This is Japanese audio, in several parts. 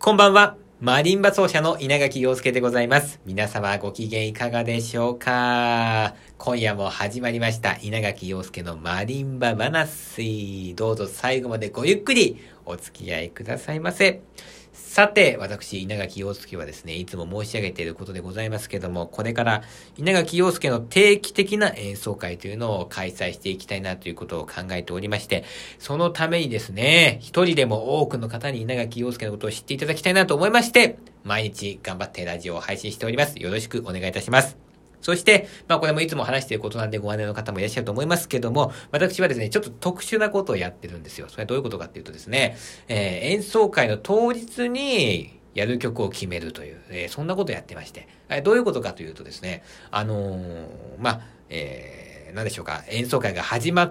こんばんは。マリンバ奏者の稲垣陽介でございます。皆様ご機嫌いかがでしょうか？今夜も始まりました稲垣陽介のマリンバ話。どうぞ最後までごゆっくりお付き合いくださいませ。さて、私、稲垣陽介はですね、いつも申し上げていることでございますけども、これから稲垣陽介の定期的な演奏会というのを開催していきたいなということを考えておりまして、そのためにですね、一人でも多くの方に稲垣陽介のことを知っていただきたいなと思いまして、毎日頑張ってラジオを配信しております。よろしくお願いいたします。そして、これもいつも話していることなんでご案内の方もいらっしゃると思いますけども、私はですね、ちょっと特殊なことをやってるんですよ。それはどういうことかっていうとですね、演奏会の当日にやる曲を決めるという、そんなことをやってまして、どういうことかというとですね、なんでしょうか、演奏会が始まって、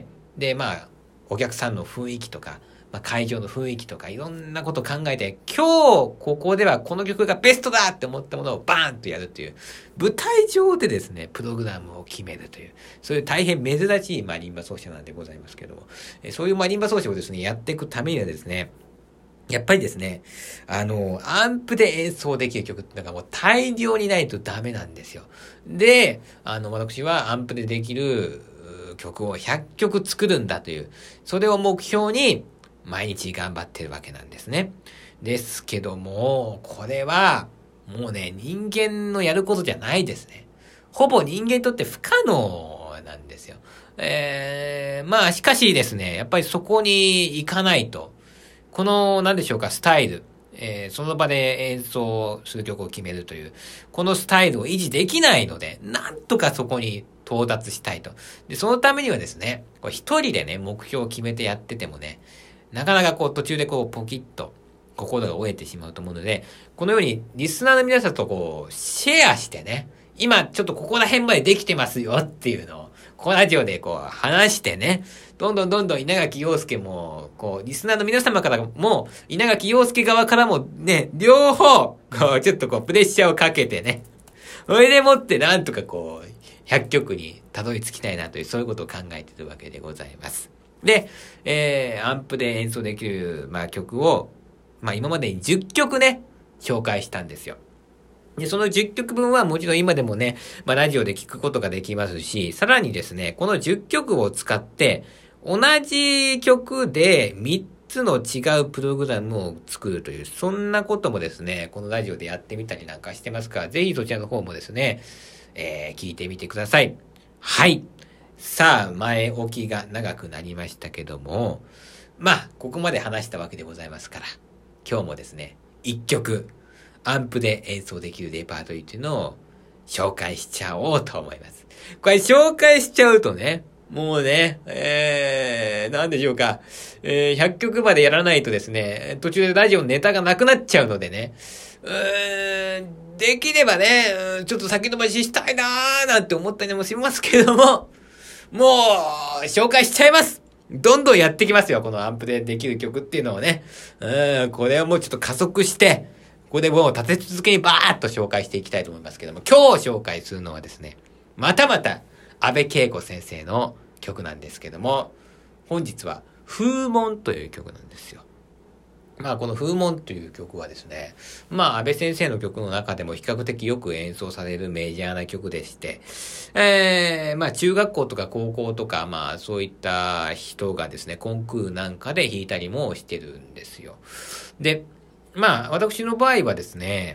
で、お客さんの雰囲気とか、会場の雰囲気とかいろんなことを考えて、今日ここではこの曲がベストだって思ったものをバーンとやるという、舞台上でですね、プログラムを決めるという、そういう大変珍しいマリンバ奏者なんでございますけども、そういうマリンバ奏者をですね、やっていくためにはですね、やっぱりですね、アンプで演奏できる曲ってのがもう大量にないとダメなんですよ。で、私はアンプでできる曲を100曲作るんだという、それを目標に、毎日頑張ってるわけなんですね。ですけども、これは、もうね、人間のやることじゃないですね。ほぼ人間にとって不可能なんですよ。しかしですね、やっぱりそこに行かないと、この、なんでしょうか、スタイル、その場で演奏する曲を決めるという、このスタイルを維持できないので、なんとかそこに到達したいと。で、そのためにはですね、一人でね、目標を決めてやっててもね、なかなか途中でポキッと心が折れてしまうと思うので、このようにリスナーの皆さんとシェアしてね、今ちょっとここら辺までできてますよっていうのを、このラジオで話してね、どんどん稲垣陽介も、リスナーの皆様からも、稲垣陽介側からもね、両方、ちょっとプレッシャーをかけてね、それでもってなんとか100曲にたどり着きたいなという、そういうことを考えているわけでございます。で、アンプで演奏できる、曲を、今までに10曲ね、紹介したんですよ。で、その10曲分はもちろん今でもね、ラジオで聞くことができますし、さらにですね、この10曲を使って、同じ曲で3つの違うプログラムを作るという、そんなこともですね、このラジオでやってみたりなんかしてますから、ぜひそちらの方もですね、聞いてみてください。はい。さあ、前置きが長くなりましたけども、ここまで話したわけでございますから、今日もですね、1曲、アンプで演奏できるレパートリーというのを紹介しちゃおうと思います。これ紹介しちゃうとね、もうね、なんでしょうか、100曲までやらないとですね、途中でラジオのネタがなくなっちゃうのでね、できればね、ちょっと先延ばししたいなーなんて思ったりもしますけども、もう、紹介しちゃいます。どんどんやってきますよ。このアンプでできる曲っていうのをね。これはもうちょっと加速して、ここでもう立て続けにバーッと紹介していきたいと思いますけども、今日紹介するのはですね、また安部恵子先生の曲なんですけども、本日は風紋という曲なんですよ。この風紋という曲はですね、安部先生の曲の中でも比較的よく演奏されるメジャーな曲でして、中学校とか高校とか、そういった人がですね、コンクールなんかで弾いたりもしてるんですよ。で、私の場合はですね、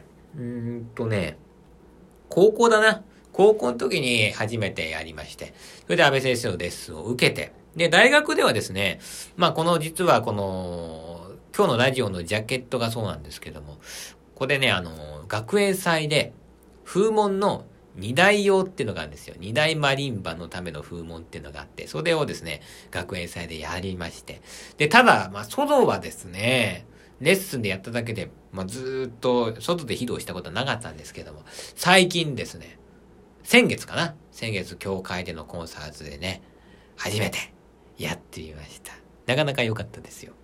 高校だな。高校の時に初めてやりまして、それで安部先生のレッスンを受けて、で、大学ではですね、実は今日のラジオのジャケットがそうなんですけども、ここでね、学園祭で、風紋の二大用っていうのがあるんですよ。二大マリンバのための風紋っていうのがあって、それをですね、学園祭でやりまして。で、ただ、ソロはですね、レッスンでやっただけで、ずーっと外で披露したことはなかったんですけども、最近ですね、先月教会でのコンサートでね、初めてやってみました。なかなか良かったですよ。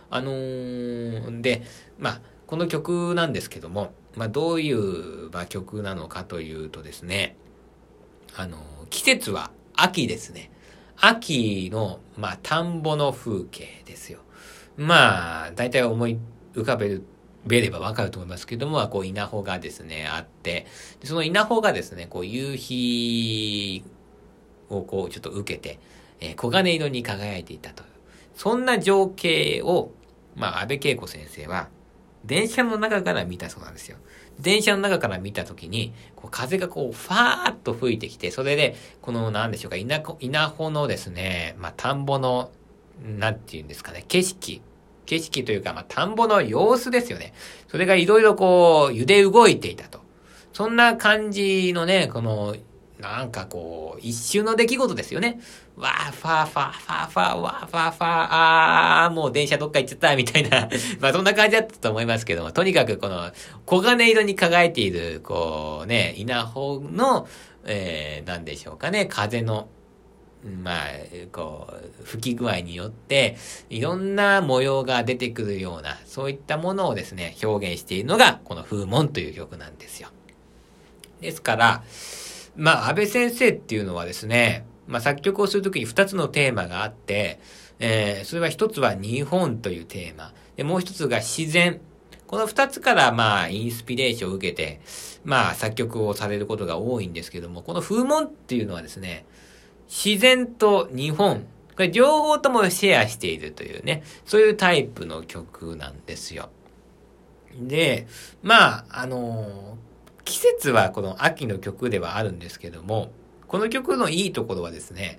で、この曲なんですけども、どういう、曲なのかというとですね、季節は秋ですね。秋の、田んぼの風景ですよ。大体思い浮かべるべればわかると思いますけども、こう稲穂がですね、あって、でその稲穂がですね、こう夕日をこうちょっと受けて、黄金色に輝いていたと。そんな情景を、安倍恵子先生は、電車の中から見たそうなんですよ。電車の中から見たときに、こう風がこう、ファーッと吹いてきて、それで、この、なんでしょうか、稲穂のですね、田んぼの、なんていうんですかね、景色というか、田んぼの様子ですよね。それがいろいろこう、揺れ動いていたと。そんな感じのね、この、なんかこう、一瞬の出来事ですよね。わー、ファー、ファー、ファー、ファー、わー、ファー、ファー、もう電車どっか行っちゃった、みたいな。そんな感じだったと思いますけども、とにかくこの、黄金色に輝いている、こうね、稲穂の、なんでしょうかね、風の、こう、吹き具合によって、いろんな模様が出てくるような、そういったものをですね、表現しているのが、この風紋という曲なんですよ。ですから、安倍先生っていうのはですね、作曲をするときに2つのテーマがあって、それは一つは日本というテーマ、で、もう一つが自然。この2つからインスピレーションを受けて、作曲をされることが多いんですけども、この風紋っていうのはですね、自然と日本、これ両方ともシェアしているというね、そういうタイプの曲なんですよ。で、季節はこの秋の曲ではあるんですけども、この曲のいいところはですね、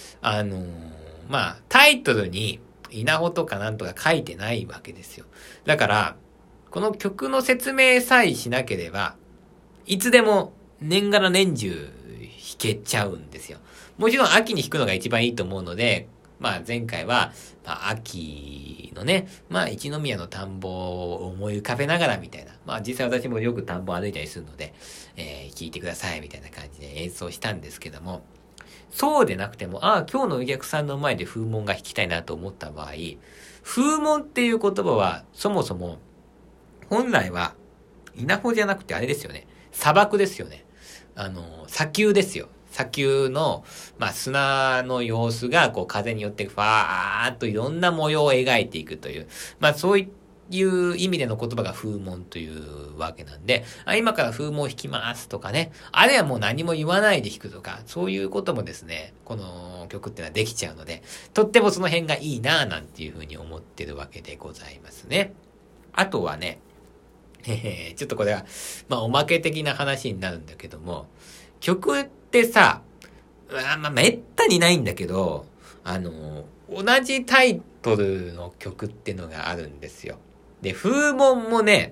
タイトルに稲穂とかなんとか書いてないわけですよ。だから、この曲の説明さえしなければ、いつでも年がら年中弾けちゃうんですよ。もちろん秋に弾くのが一番いいと思うので、前回は、秋のね、一宮の田んぼを思い浮かべながらみたいな。実際私もよく田んぼ歩いたりするので、聴いてくださいみたいな感じで演奏したんですけども、そうでなくても、今日のお客さんの前で風紋が弾きたいなと思った場合、風紋っていう言葉は、そもそも、本来は、稲穂じゃなくてあれですよね。砂漠ですよね。砂丘ですよ。砂丘の、砂の様子が、こう、風によって、ファーっといろんな模様を描いていくという、そういう意味での言葉が風紋というわけなんで、今から風紋を弾きますとかね、あるいはもう何も言わないで弾くとか、そういうこともですね、この曲ってのはできちゃうので、とってもその辺がいいなぁなんていうふうに思ってるわけでございますね。あとはね、ちょっとこれは、おまけ的な話になるんだけども、曲ってさ、めったにないんだけど、同じタイトルの曲ってのがあるんですよ。で、風紋もね、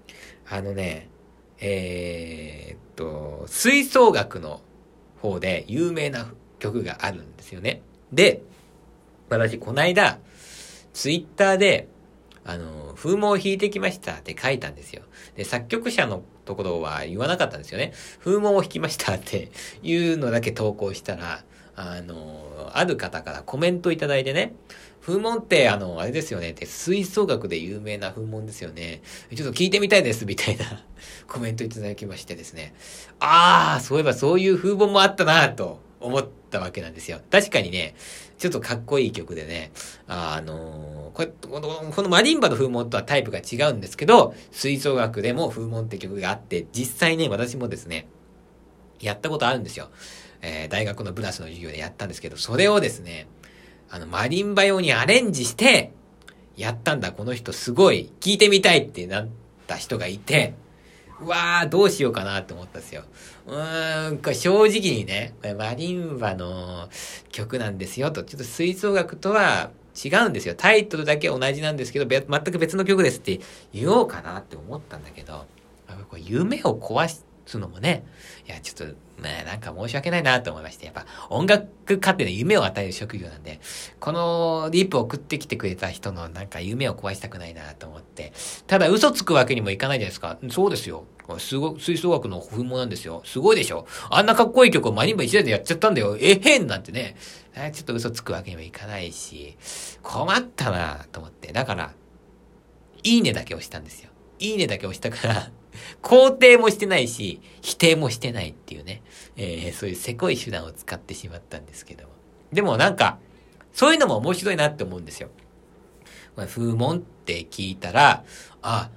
吹奏楽の方で有名な曲があるんですよね。で、私、こないだ、ツイッターで、風紋を弾いてきましたって書いたんですよ。で、作曲者のところは言わなかったんですよね。風紋を弾きましたっていうのだけ投稿したら、ある方からコメントいただいてね、風紋ってあれですよねって、吹奏楽で有名な風紋ですよね。ちょっと聞いてみたいですみたいなコメントいただきましてですね。そういえばそういう風紋もあったなと思ったわけなんですよ。確かにね、ちょっとかっこいい曲でね、このマリンバの風紋とはタイプが違うんですけど、吹奏楽でも風紋って曲があって、実際ね、私もですね、やったことあるんですよ。大学のブラスの授業でやったんですけど、それをですね、マリンバ用にアレンジして、やったんだ、この人すごい、聞いてみたいってなった人がいて、どうしようかなって思ったんですよ。これ正直にね、マリンバの曲なんですよと、ちょっと吹奏楽とは違うんですよ。タイトルだけ同じなんですけど、全く別の曲ですって言おうかなって思ったんだけど、これ夢を壊すのもね、いや、ちょっと、なんか申し訳ないなと思いまして、やっぱ音楽家ってね、夢を与える職業なんで、このリップを送ってきてくれた人のなんか夢を壊したくないなと思って、ただ嘘つくわけにもいかないじゃないですか。そうですよ。吹奏楽の風貌なんですよ。すごいでしょ。あんなかっこいい曲をマリンバ一台でやっちゃったんだよ。変なんてね。ちょっと嘘つくわけにもいかないし、困ったなと思って。だから、いいねだけ押したんですよ。いいねだけ押したから、肯定もしてないし、否定もしてないっていうね、そういうせこい手段を使ってしまったんですけども。でもなんか、そういうのも面白いなって思うんですよ。風紋って聞いたら、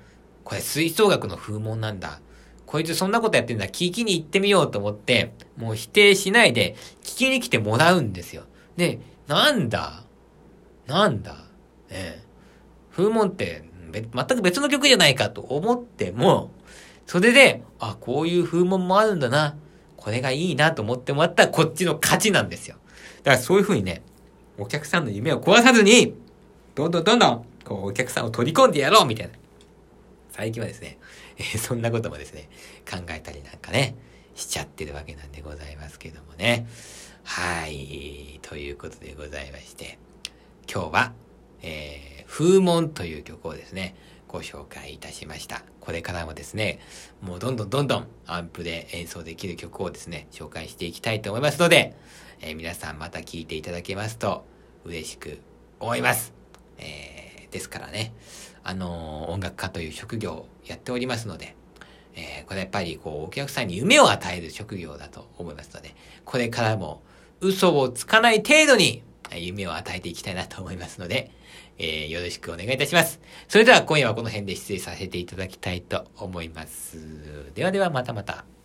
これ吹奏楽の風紋なんだ。こいつそんなことやってんだ。聞きに行ってみようと思って、もう否定しないで、聞きに来てもらうんですよ。で、なんだ風紋って全く別の曲じゃないかと思っても、それで、あ、こういう風紋もあるんだな。これがいいなと思ってもらったらこっちの勝ちなんですよ。だからそういう風にね、お客さんの夢を壊さずに、どんどん、こうお客さんを取り込んでやろうみたいな。最近はですね、そんなこともですね、考えたりなんかね、しちゃってるわけなんでございますけどもね。はい、ということでございまして、今日は、風紋という曲をですね、ご紹介いたしました。これからもですね、もうどんどんアンプで演奏できる曲をですね、紹介していきたいと思いますので、皆さんまた聴いていただけますと嬉しく思います。ですからね、音楽家という職業をやっておりますので、これやっぱりお客さんに夢を与える職業だと思いますので、これからも嘘をつかない程度に夢を与えていきたいなと思いますので、よろしくお願いいたします。それでは今夜はこの辺で失礼させていただきたいと思います。ではまた。